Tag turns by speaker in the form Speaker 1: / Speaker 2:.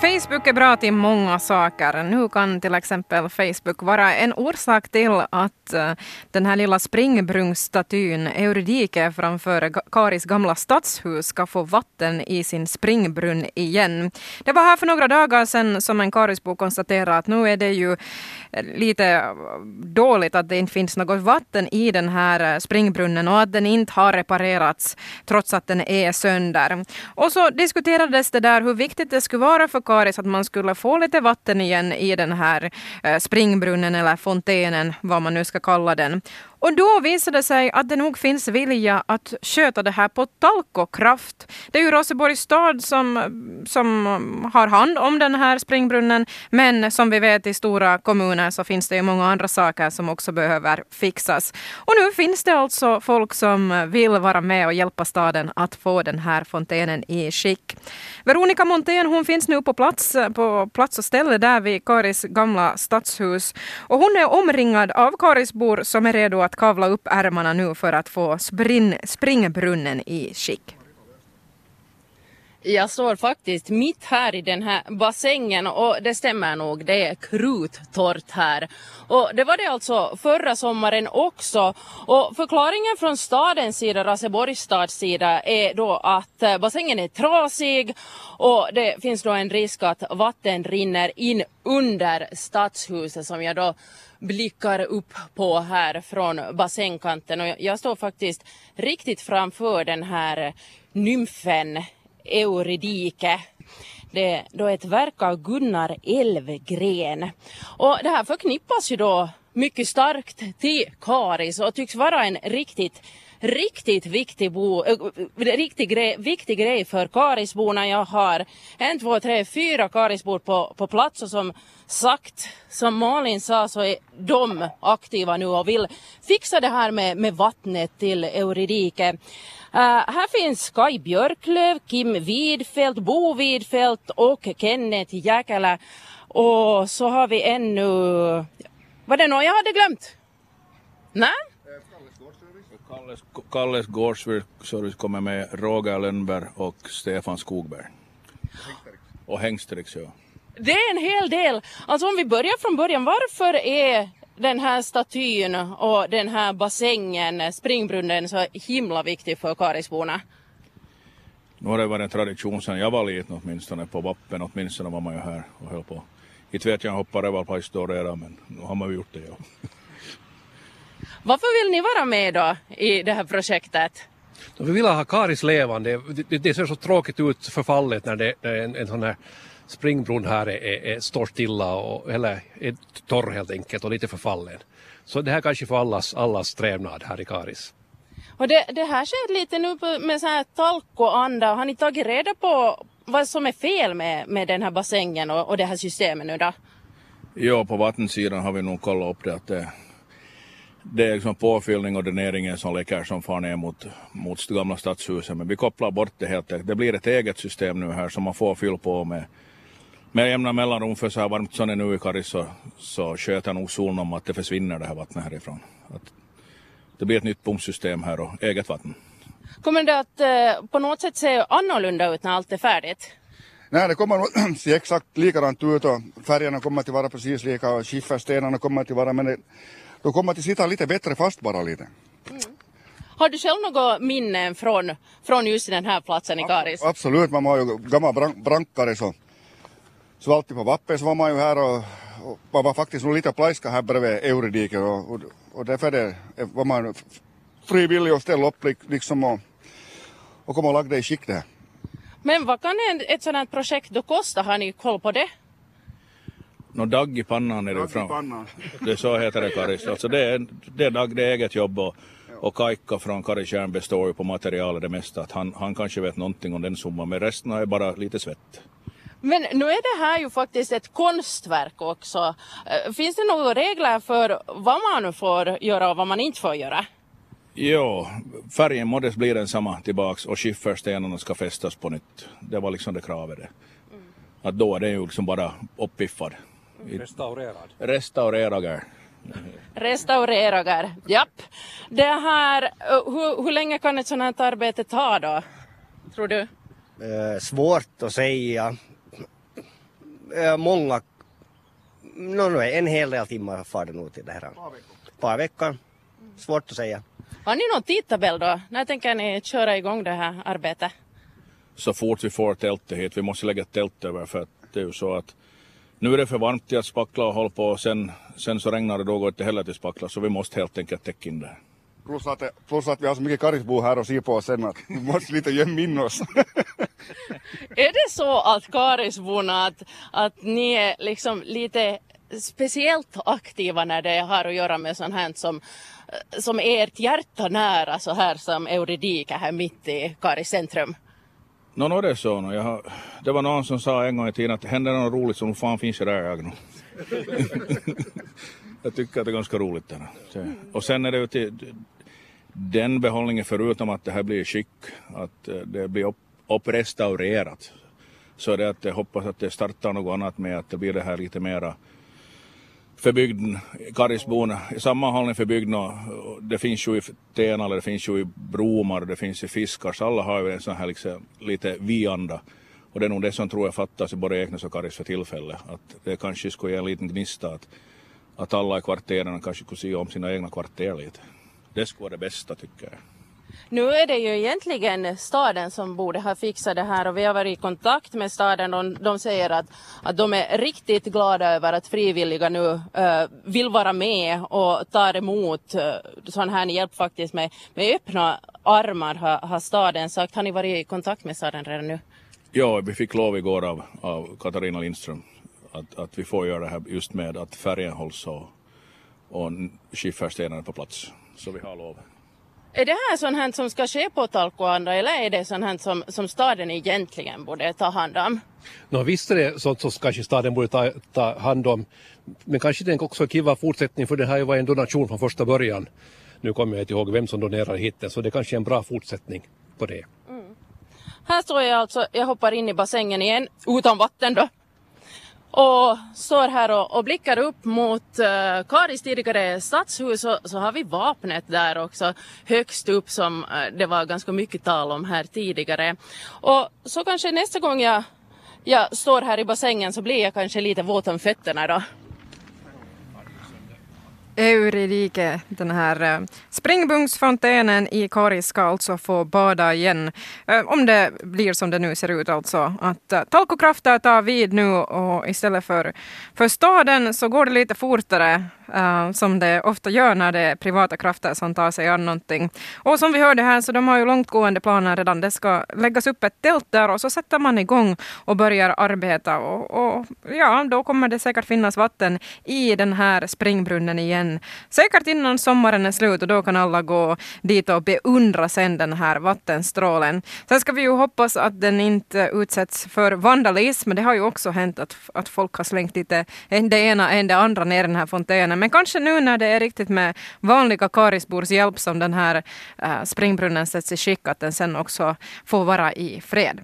Speaker 1: Facebook är bra till många saker. Nu kan till exempel Facebook vara en orsak till att den här lilla springbrunnsstatyn Eurydike framför Karis gamla stadshus ska få vatten i sin springbrunn igen. Det var här för några dagar sedan som en Karisbo konstaterade att nu är det ju lite dåligt att det inte finns något vatten i den här springbrunnen och att den inte har reparerats trots att den är sönder. Och så diskuterades det där hur viktigt det skulle vara för Karis att man skulle få lite vatten igen i den här springbrunnen eller fontänen, vad man nu ska kalla den. Och då visade det sig att det nog finns vilja att sköta det här på Talkokraft. Det är ju Roseborgs stad som har hand om den här springbrunnen, men som vi vet i stora kommuner så finns det ju många andra saker som också behöver fixas. Och nu finns det alltså folk som vill vara med och hjälpa staden att få den här fontänen i skick. Veronica Montén, hon finns nu på plats och ställe där vid Karis gamla stadshus. Och hon är omringad av Karisbor som är redo att kavla upp ärmarna nu för att få springbrunnen i skick.
Speaker 2: Jag står faktiskt mitt här i den här bassängen och det stämmer nog, det är kruttorrt här. Och det var det alltså förra sommaren också. Och förklaringen från stadens sida, Raseborgs stads sida, är då att bassängen är trasig och det finns då en risk att vatten rinner in under stadshuset som jag då blickar upp på här från bassängkanten. Och jag står faktiskt riktigt framför den här nymfen Eurydike. Det är då ett verk av Gunnar Elvgren. Och det här förknippas ju då mycket starkt till Karis och tycks vara en riktigt viktig grej för Karisborna. Jag har 1, 2, 3, 4 Karisbor på plats och som Malin sa så är de aktiva nu och vill fixa det här med vattnet till Eurydike. Här finns Kai Björklöv, Kim Widfeldt, Bo Widfeldt och Kenneth Jäkälä. Och så har vi ännu... Var det något jag hade glömt? Nej?
Speaker 3: Kalles gårdsservice kommer med Roger Lönnberg och Stefan Skogberg. Och Hengstrix, ja.
Speaker 2: Det är en hel del. Alltså om vi börjar från början, varför är den här statyn och den här bassängen, springbrunnen, så himla viktig för Karisborna?
Speaker 3: Nu har det varit en tradition sedan jag var liten åtminstone, på vappen åtminstone var man ju här och höll på. Inte vet jag hoppar över på historia, men nu har man ju gjort det, ja.
Speaker 2: Varför vill ni vara med då i det här projektet?
Speaker 4: Vi vill ha Karis levande. Det ser så tråkigt ut förfallet när det är en sån här springbrunn här står stilla eller är torr helt enkelt och lite förfallen. Så det här kanske får allas trevnad här i Karis.
Speaker 2: Och det här sker lite nu med så här talkoanda. Har ni tagit reda på vad som är fel med den här bassängen och det här systemet nu då?
Speaker 3: Ja, på vattensidan har vi nog kollat upp det att det är liksom påfyllning och dräneringen som läcker som far ner mot gamla stadshuset. Men vi kopplar bort det helt. Det blir ett eget system nu här som man får fylla på med jämna mellanrum, för så här varmt som det nu i Karis så sköter nog solen om att det försvinner det här vattnet härifrån. Att det blir ett nytt pumpsystem här och eget vatten.
Speaker 2: Kommer det att på något sätt se annorlunda ut när allt är färdigt?
Speaker 5: Nej, det kommer att se exakt likadant ut och färgerna kommer att vara precis lika och skifferstenarna kommer att vara, men då kommer att sitta lite bättre fast bara lite.
Speaker 2: Mm. Har du själv något minnen från just den här platsen i Karis?
Speaker 5: Absolut, man var ju gammal brankare så alltid på vappen så var man ju här och man var faktiskt nog lite plajska här bredvid Eurydike och därför var man frivillig att ställa upp liksom och komma och lägga det i skick det här.
Speaker 2: Men vad kan ett sådant här projekt då kosta? Har ni koll på det?
Speaker 3: Dagg i pannan är det fram. Det så heter det Karis. Alltså det är eget jobb och Kaikka från Karis Järn består ju på materialet det mesta. Att han kanske vet någonting om den summan, men resten är bara lite svett.
Speaker 2: Men nu är det här ju faktiskt ett konstverk också. Finns det några regler för vad man får göra och vad man inte får göra?
Speaker 3: Jo, färgen måste bli densamma tillbaks och skifferstenarna ska fästas på nytt. Det var liksom det kravet det. Att då är det ju liksom bara uppiffad.
Speaker 2: Restaureragar, japp. Det här, hur länge kan ett sådant här arbete ta då, tror du?
Speaker 6: Svårt att säga. många, en hel del timmar far det nog till det här. Par veckor. Svårt att säga.
Speaker 2: Har ni någon tidtabell då? När tänker ni köra igång det här arbetet?
Speaker 3: Så fort vi får tältet hit. Vi måste lägga ett tält över för att det är ju så att nu är det för varmt till att spackla och hålla på och sen så regnar det, då går det inte heller till spackla, så vi måste helt enkelt täcka in det.
Speaker 5: Plus att vi har så mycket karisbo här och se på oss sen att vi måste lite gömma in oss.
Speaker 2: Är det så att Karisborna att ni är liksom lite speciellt aktiva när det har att göra med sånt här som är ert hjärta nära, så här som Eurydike här mitt i Karis centrum?
Speaker 3: Det är så. Det var någon som sa en gång i tiden att händer något roligt som fan finns det där jag nu. Jag tycker att det är ganska roligt det här. Och sen är det ju till den behållningen, förutom att det här blir skick, att det blir upprestaurerat. Så det är att jag hoppas att det startar något annat med att det blir det här lite mera för bygden, Karisborna, sammanhållning för bygden. Det finns ju i Tenala, det finns ju i Bromar, det finns i Fiskar, så alla har ju en sån här liksom, lite vi-anda. Och det är nog det som tror jag fattas i både Eknäs och Karis för tillfället. Att det kanske skulle ge en liten gnista att alla i kvarteren kanske skulle se om sina egna kvarter lite. Det skulle vara det bästa tycker jag.
Speaker 2: Nu är det ju egentligen staden som borde ha fixat det här, och vi har varit i kontakt med staden och de säger att de är riktigt glada över att frivilliga nu vill vara med och ta emot sån här hjälp faktiskt med öppna armar, har staden sagt. Har ni varit i kontakt med staden redan nu?
Speaker 3: Ja, vi fick lov igår av Katarina Lindström att vi får göra det här just med att färgen hålls och skifferstenen på plats. Så vi har lov.
Speaker 2: Är det här sånt här som ska ske på Talkoanda, eller är det sånt här som staden egentligen borde ta hand om?
Speaker 4: Visst är det sånt som kanske staden borde ta hand om. Men kanske det är också en kiva fortsättning, för det här var en donation från första början. Nu kommer jag inte ihåg vem som donerar hit, så det kanske är en bra fortsättning på det.
Speaker 2: Här står jag alltså, jag hoppar in i bassängen igen, utan vatten då. Och står här och blickar upp mot Karis tidigare stadshus, så har vi vapnet där också högst upp som det var ganska mycket tal om här tidigare. Och så kanske nästa gång jag står här i bassängen så blir jag kanske lite våt om fötterna då.
Speaker 1: Eurydike, den här springbungsfontänen i Karis ska alltså få bada igen. Om det blir som det nu ser ut alltså. Att Talkokrafter tar vid nu och istället för staden så går det lite fortare som det ofta gör när det är privata krafter som tar sig an någonting. Och som vi hörde här så de har ju långtgående planer redan. Det ska läggas upp ett tält där och så sätter man igång och börjar arbeta. Och ja, då kommer det säkert finnas vatten i den här springbrunnen igen. Säkert innan sommaren är slut och då kan alla gå dit och beundra sen den här vattenstrålen. Sen ska vi ju hoppas att den inte utsätts för vandalism. Det har ju också hänt att folk har slängt lite det ena än det andra ner den här fontänen. Men kanske nu när det är riktigt med vanliga Karisbors hjälp som den här springbrunnen sätts i skick, att den sen också får vara i fred.